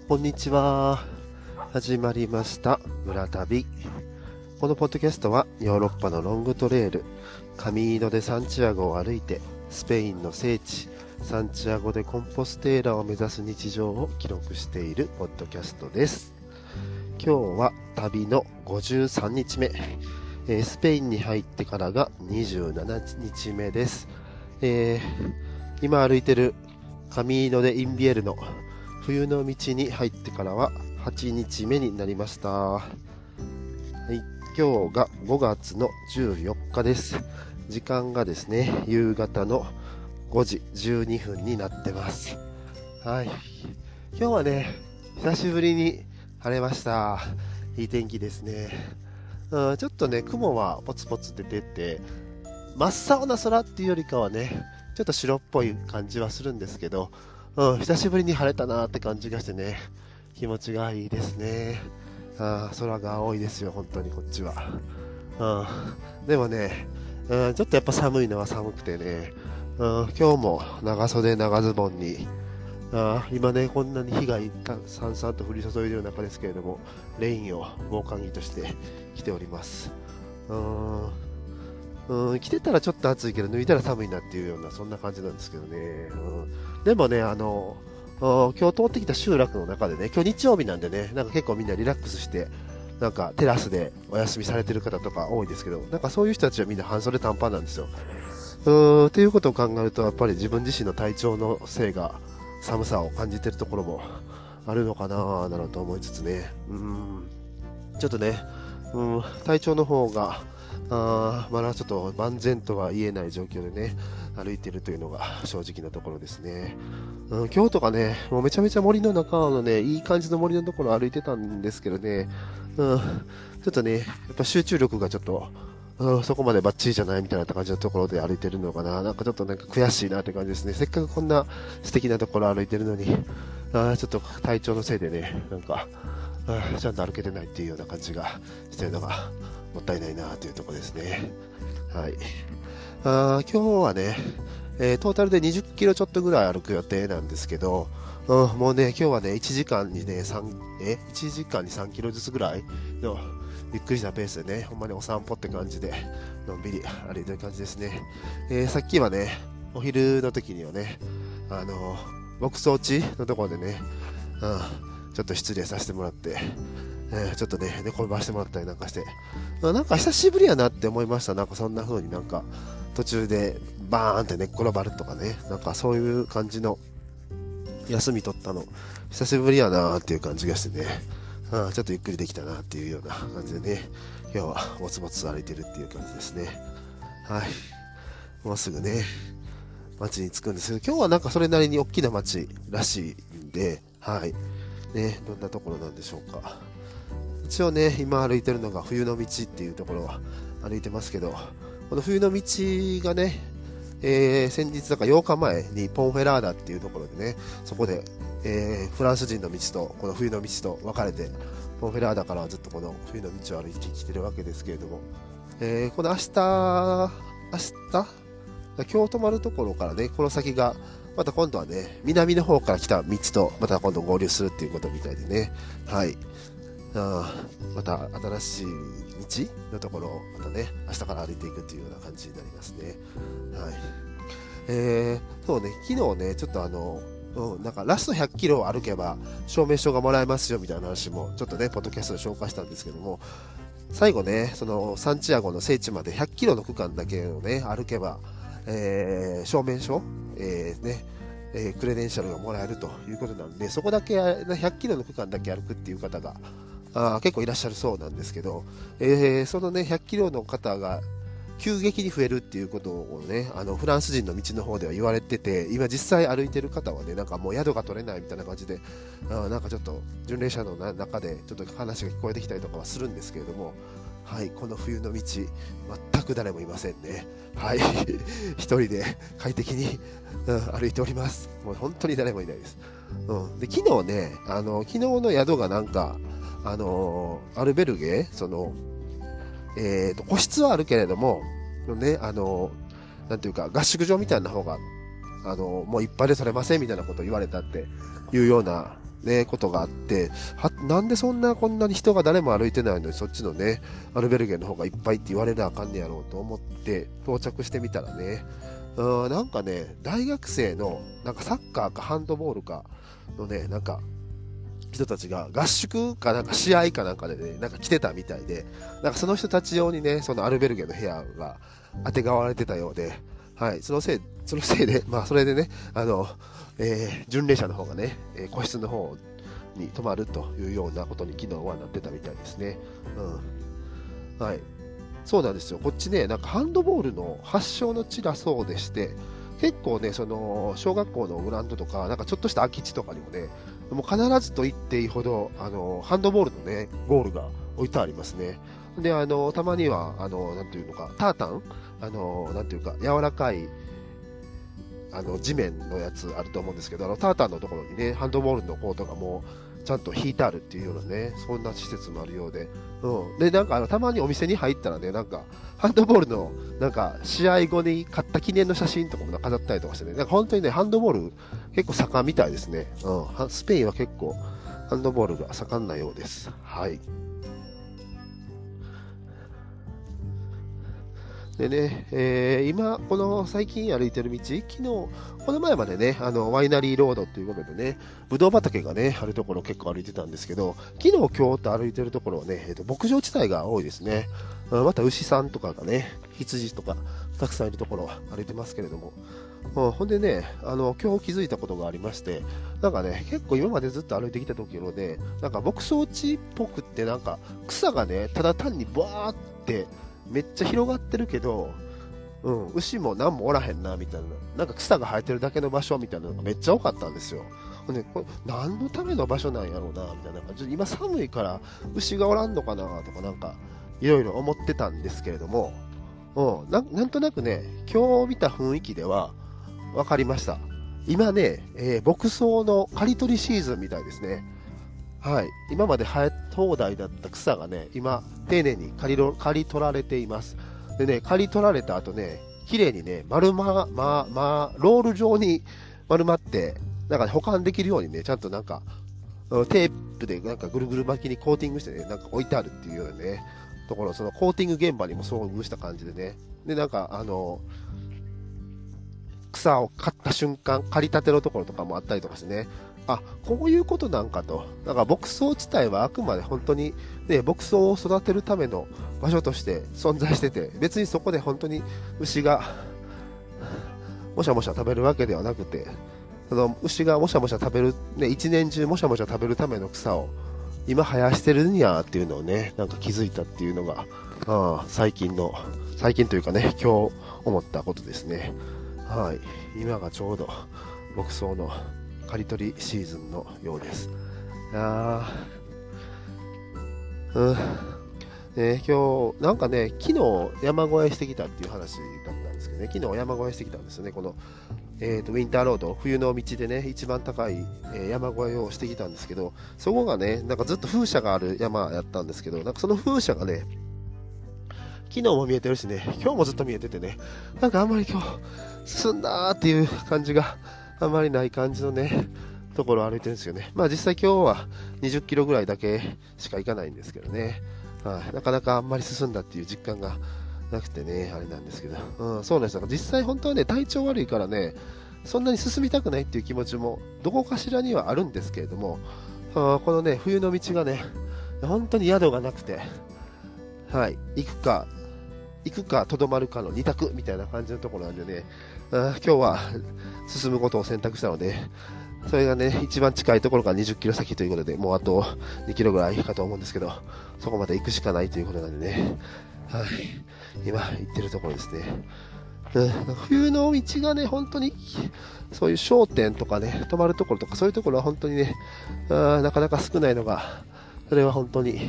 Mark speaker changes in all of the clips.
Speaker 1: こんにちは。始まりました村旅。このポッドキャストはヨーロッパのロングトレイルカミーノ・デ・サンチアゴを歩いてスペインの聖地サンチアゴ・デ・コンポステーラを目指す日常を記録しているポッドキャストです。今日は旅の53日目、スペインに入ってからが27日目です。今歩いてるカミーノ・デ・インビエルノ冬の道に入ってからは8日目になりました。はい、今日が5月の14日です。時間がですね、夕方の5時12分になってます。はい。今日はね、久しぶりに晴れました。いい天気ですね。ちょっとね、雲はポツポツ出てて、真っ青な空っていうよりかはね、ちょっと白っぽい感じはするんですけど、久しぶりに晴れたなって感じがしてね、気持ちがいいですね。空が青いですよ、本当にこっちは。でもね、ちょっとやっぱ寒いのは寒くてね、今日も長袖長ズボンに、今ね、こんなに日がさんさんと降り注いでいる中ですけれども、レインを防寒着として着ております。着てたらちょっと暑いけど脱いだら寒いなっていうようなそんな感じなんですけどね。でもね、今日通ってきた集落の中でね、今日日曜日なんでね、なんか結構みんなリラックスして、なんかテラスでお休みされてる方とか多いですけど、なんかそういう人たちはみんな半袖短パンなんですよ。っていうことを考えると、やっぱり自分自身の体調のせいが寒さを感じてるところもあるのかななどと思いつつね、ちょっとね、体調の方がまだちょっと万全とは言えない状況でね、歩いてるというのが正直なところですね。今日とかね、もうめちゃめちゃ森の中のね、いい感じの森のところ歩いてたんですけどね、ちょっとね、やっぱ集中力がちょっと、そこまでバッチリじゃないみたいな感じのところで歩いてるのかな。なんかちょっとなんか悔しいなって感じですね。せっかくこんな素敵なところ歩いてるのに、ちょっと体調のせいでね、なんか、ちゃんと歩けてないっていうような感じがしてるのがもったいないなというところですね。はい。今日はね、トータルで20キロちょっとぐらい歩く予定なんですけど、もうね、今日はね、1時間にね、1時間に3キロずつぐらいのゆっくりしたペースでね、ほんまにお散歩って感じで、のんびり歩いてる感じですね。さっきはね、お昼の時にはね、牧草地のところでね、ちょっと失礼させてもらって、ちょっとね、寝転ばしてもらったりなんかして、なんか久しぶりやなって思いました。なんかそんな風になんか途中でバーンって寝っ転ばるとかね、なんかそういう感じの休み取ったの、久しぶりやなっていう感じがしてね、ちょっとゆっくりできたなっていうような感じでね、今日はもつもつ歩いてるっていう感じですね。はい。もうすぐね、街に着くんですけど、今日はなんかそれなりに大きな街らしいんで、はい。ね、どんなところなんでしょうか。一応ね、今歩いてるのが冬の道っていうところを歩いてますけど、この冬の道がね、先日だから8日前にポンフェラーダっていうところでね、そこで、フランス人の道とこの冬の道と分かれて、ポンフェラーダからはずっとこの冬の道を歩いてきてるわけですけれども、この今日泊まるところからね、この先が、また今度はね、南の方から来た道と、また今度合流するっていうことみたいでね、はい。また新しい道のところをまたね、明日から歩いていくっていうような感じになりますね。はい。そうね、昨日ね、ちょっとなんかラスト100キロを歩けば証明書がもらえますよみたいな話もちょっとね、ポッドキャストで紹介したんですけども、最後ね、そのサンチアゴの聖地まで100キロの区間だけをね、歩けば、証明書、クレデンシャルがもらえるということなんで、そこだけ100キロの区間だけ歩くっていう方が結構いらっしゃるそうなんですけど、そのね、100キロの方が急激に増えるっていうことをね、フランス人の道の方では言われてて、今実際歩いてる方はね、なんかもう宿が取れないみたいな感じで、なんかちょっと巡礼者の中でちょっと話が聞こえてきたりとかはするんですけれども、はい、この冬の道、全く誰もいませんね。はい、一人で快適に、歩いております。もう本当に誰もいないです。で昨日ね、昨日の宿がなんか、アルベルゲ、個室はあるけれども、ね、なんていうか、合宿場みたいな方が、もういっぱいで取れませんみたいなことを言われたっていうようなね、ことがあって、なんでこんなに人が誰も歩いてないのに、そっちのね、アルベルゲの方がいっぱいって言われなあかんねやろうと思って到着してみたらね、なんかね、大学生の、なんかサッカーかハンドボールかのね、なんか、人たちが合宿かなんか試合かなんかでね、なんか来てたみたいで、なんかその人たち用にね、そのアルベルゲの部屋が当てがわれてたようで、はい、そのせいで、まあそれでね、巡礼者の方がね、個室の方に泊まるというようなことに昨日はなってたみたいですね。うん。はい。そうなんですよ。こっちね、なんかハンドボールの発祥の地だそうでして、結構ね、その、小学校のグラウンドとか、なんかちょっとした空き地とかにもね、もう必ずと言っていいほど、ハンドボールのね、ゴールが置いてありますね。で、たまには、なんていうのか、タータンなんていうか、柔らかい、地面のやつあると思うんですけど、タータンのところにね、ハンドボールのコートがもう、ちゃんと引いてあるっていうようなね、そんな施設もあるようで、うん。で、なんかたまにお店に入ったらね、なんか、ハンドボールの、なんか、試合後に買った記念の写真とかも飾ったりとかしてね、なんか本当にね、ハンドボール結構盛んみたいですね。うん。スペインは結構、ハンドボールが盛んなようです。はい。でね、今、この最近歩いてる道、昨日、この前までね、ワイナリーロードということでね、ぶどう畑がね、あるところ結構歩いてたんですけど、昨日、今日と歩いてるところはね、牧場地帯が多いですね。また牛さんとかがね、羊とか、たくさんいるところを歩いてますけれども、ほんでね、今日気づいたことがありまして、なんかね、結構今までずっと歩いてきた時のね、なんか牧草地っぽくってなんか草がね、ただ単にバーってめっちゃ広がってるけど、うん、牛も何もおらへんな、みたいな。なんか草が生えてるだけの場所みたいなのがめっちゃ多かったんですよ。ほんで、これ何のための場所なんやろうな、みたいな。なんかちょっと今寒いから牛がおらんのかな、とかなんかいろいろ思ってたんですけれども、なんとなくね、今日見た雰囲気では分かりました。今ね、牧草の刈り取りシーズンみたいですね。はい。今まで生え放題だった草がね、今、丁寧に刈り取られています。でね、刈り取られた後ね、綺麗にね、ロール状に丸まって、なんか、ね、保管できるようにね、ちゃんとなんか、テープでなんかぐるぐる巻きにコーティングしてね、なんか置いてあるっていうようなね、ところ、そのコーティング現場にも遭遇した感じでね。で、なんか、草を刈った瞬間、刈りたてのところとかもあったりとかしてね、あ、こういうことなんかと。だから牧草地帯はあくまで本当にね、牧草を育てるための場所として存在してて、別にそこで本当に牛がもしゃもしゃ食べるわけではなくて、その牛がもしゃもしゃ食べる、ね、一年中もしゃもしゃ食べるための草を今生やしてるんやっていうのをね、なんか気づいたっていうのが、最近というかね、今日思ったことですね。はい。今がちょうど牧草の刈り取りシーズンのようです。今日、なんかね、昨日山越えしてきたっていう話だったんですけどね、昨日山越えしてきたんですよね、この、ウィンターロード、冬の道でね、一番高い、山越えをしてきたんですけど、そこがね、なんかずっと風車がある山やったんですけど、なんかその風車がね、昨日も見えてるしね、今日もずっと見えててね、なんかあんまり今日、進んだーっていう感じがあんまりない感じのね、ところを歩いてるんですよね。まあ実際今日は20キロぐらいだけしか行かないんですけどね。なかなかあんまり進んだっていう実感がなくてね、あれなんですけど。そうなんですよ。実際本当はね、体調悪いからね、そんなに進みたくないっていう気持ちもどこかしらにはあるんですけれども、このね、冬の道がね、本当に宿がなくて、はい、行くかとどまるかの2択みたいな感じのところなんでね、今日は進むことを選択したので、それがね、一番近いところが20キロ先ということで、もうあと2キロぐらいかと思うんですけど、そこまで行くしかないということなんでね、はい、今行ってるところですね。冬の道がね、本当に、そういう商店とかね、泊まるところとか、そういうところは本当にね、なかなか少ないのが、それは本当に、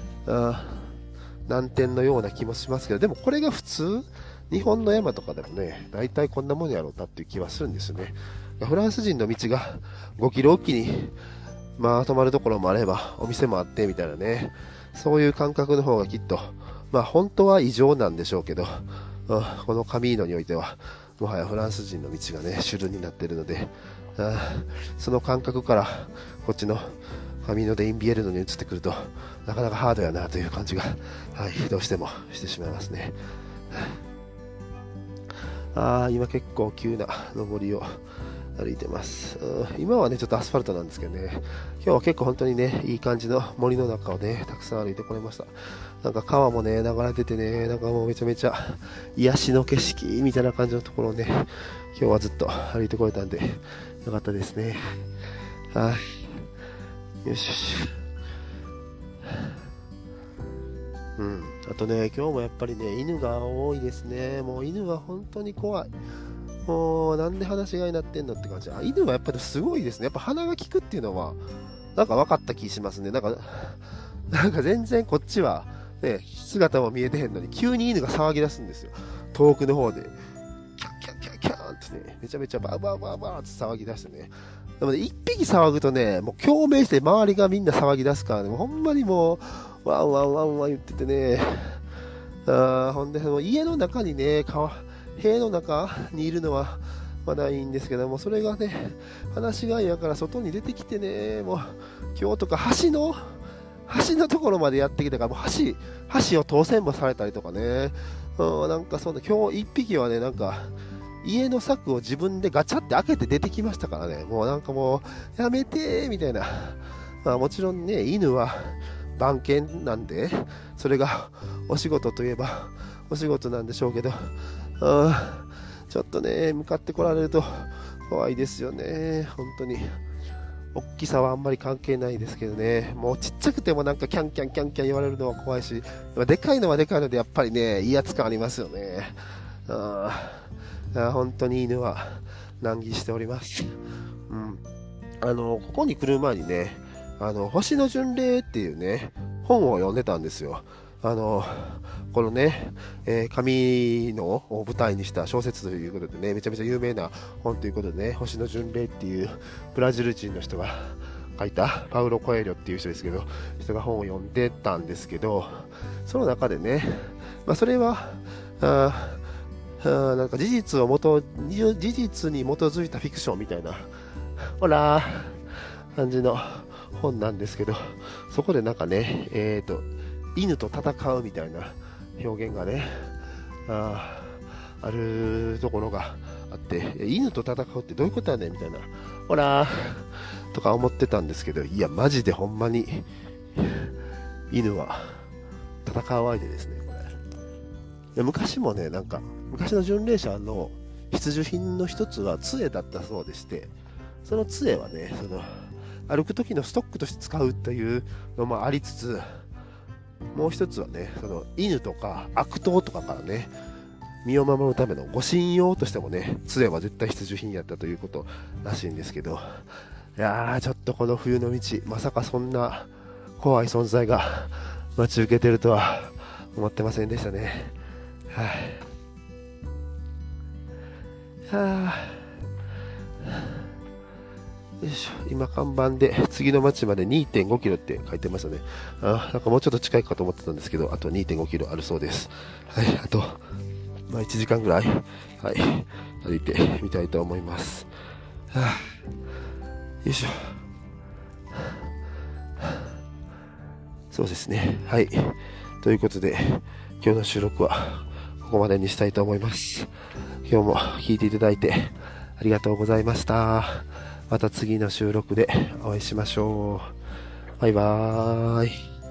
Speaker 1: 難点のような気もしますけど、でもこれが普通、日本の山とかでもね、大体こんなもんやろうなっていう気はするんですよね。フランス人の道が5キロおきに、まあ泊まるところもあれば、お店もあってみたいなね、そういう感覚の方がきっと、まあ本当は異常なんでしょうけど、このカミーノにおいては、 もはやフランス人の道がね、主流になっているので、その感覚からこっちのファミノ・デ・インビエルノに移ってくると、なかなかハードやなという感じが、はい、どうしてもしてしまいますね。今結構急な上りを歩いてます。今はね、ちょっとアスファルトなんですけどね、今日は結構本当にね、いい感じの森の中をね、たくさん歩いてこれました。なんか川もね、流れててね、なんかもうめちゃめちゃ癒しの景色みたいな感じのところをね、今日はずっと歩いてこれたんで、よかったですね。はい。よしよし。あとね、今日もやっぱりね、犬が多いですね。もう犬は本当に怖い。もうなんで話し飼いになってんのって感じ。犬はやっぱりすごいですね。やっぱ鼻が利くっていうのは、なんか分かった気しますね。なんか全然こっちは、ね、姿も見えてへんのに、急に犬が騒ぎ出すんですよ。遠くの方で。キャッキャッキャッキャーンってね、めちゃめちゃバーバーバーバーって騒ぎ出してね。でもね、一匹騒ぐとね、もう共鳴して周りがみんな騒ぎ出すからね、もうほんまにもう、ワンワンワンワン言っててね、ほんで、家の中にね、部屋の中にいるのはまだいいんですけども、それがね、話し飼いやから外に出てきてね、もう、今日とか橋のところまでやってきたから、もう橋を当選もされたりとかね、なんかそんな、今日一匹はね、なんか、家の柵を自分でガチャって開けて出てきましたからね、もうなんかもう、やめてーみたいな。まあもちろんね、犬は番犬なんで、それがお仕事といえばお仕事なんでしょうけど、ちょっとね、向かってこられると怖いですよね、本当に。大きさはあんまり関係ないですけどね、もうちっちゃくてもなんかキャンキャンキャンキャン言われるのは怖いし、でかいのはでかいのでやっぱりね、威圧感ありますよね。本当に犬は難儀しております。ここに来る前にね、星の巡礼っていうね、本を読んでたんですよ。このね、神のを舞台にした小説ということでね、めちゃめちゃ有名な本ということでね、星の巡礼っていうブラジル人の人が書いた、パウロ・コエリョっていう人ですけど、人が本を読んでたんですけど、その中でね、それは、なんか事実に基づいたフィクションみたいな、ほら感じの本なんですけど、そこでなんかね、犬と戦うみたいな表現がね、あるところがあって、犬と戦うってどういうことやねんみたいな、ほらとか思ってたんですけど、いや、マジでほんまに、犬は戦う相手ですね、これ。昔もね、なんか、昔の巡礼者の必需品の一つは杖だったそうでして、その杖はね、歩く時のストックとして使うというのもありつつ、もう一つはね、犬とか悪党とかからね、身を守るための護身用としてもね、杖は絶対必需品やったということらしいんですけど、いやー、ちょっとこの冬の道、まさかそんな怖い存在が待ち受けてるとは思ってませんでしたね。よいしょ、今看板で次の町まで 2.5 キロって書いてましたね。なんかもうちょっと近いかと思ってたんですけど、あと 2.5 キロあるそうです。はい、あと、1時間ぐらい、はい、歩いてみたいと思います。よいしょ。そうですね。はい。ということで、今日の収録はここまでにしたいと思います。今日も聞いていただいてありがとうございました。また次の収録でお会いしましょう。バイバーイ。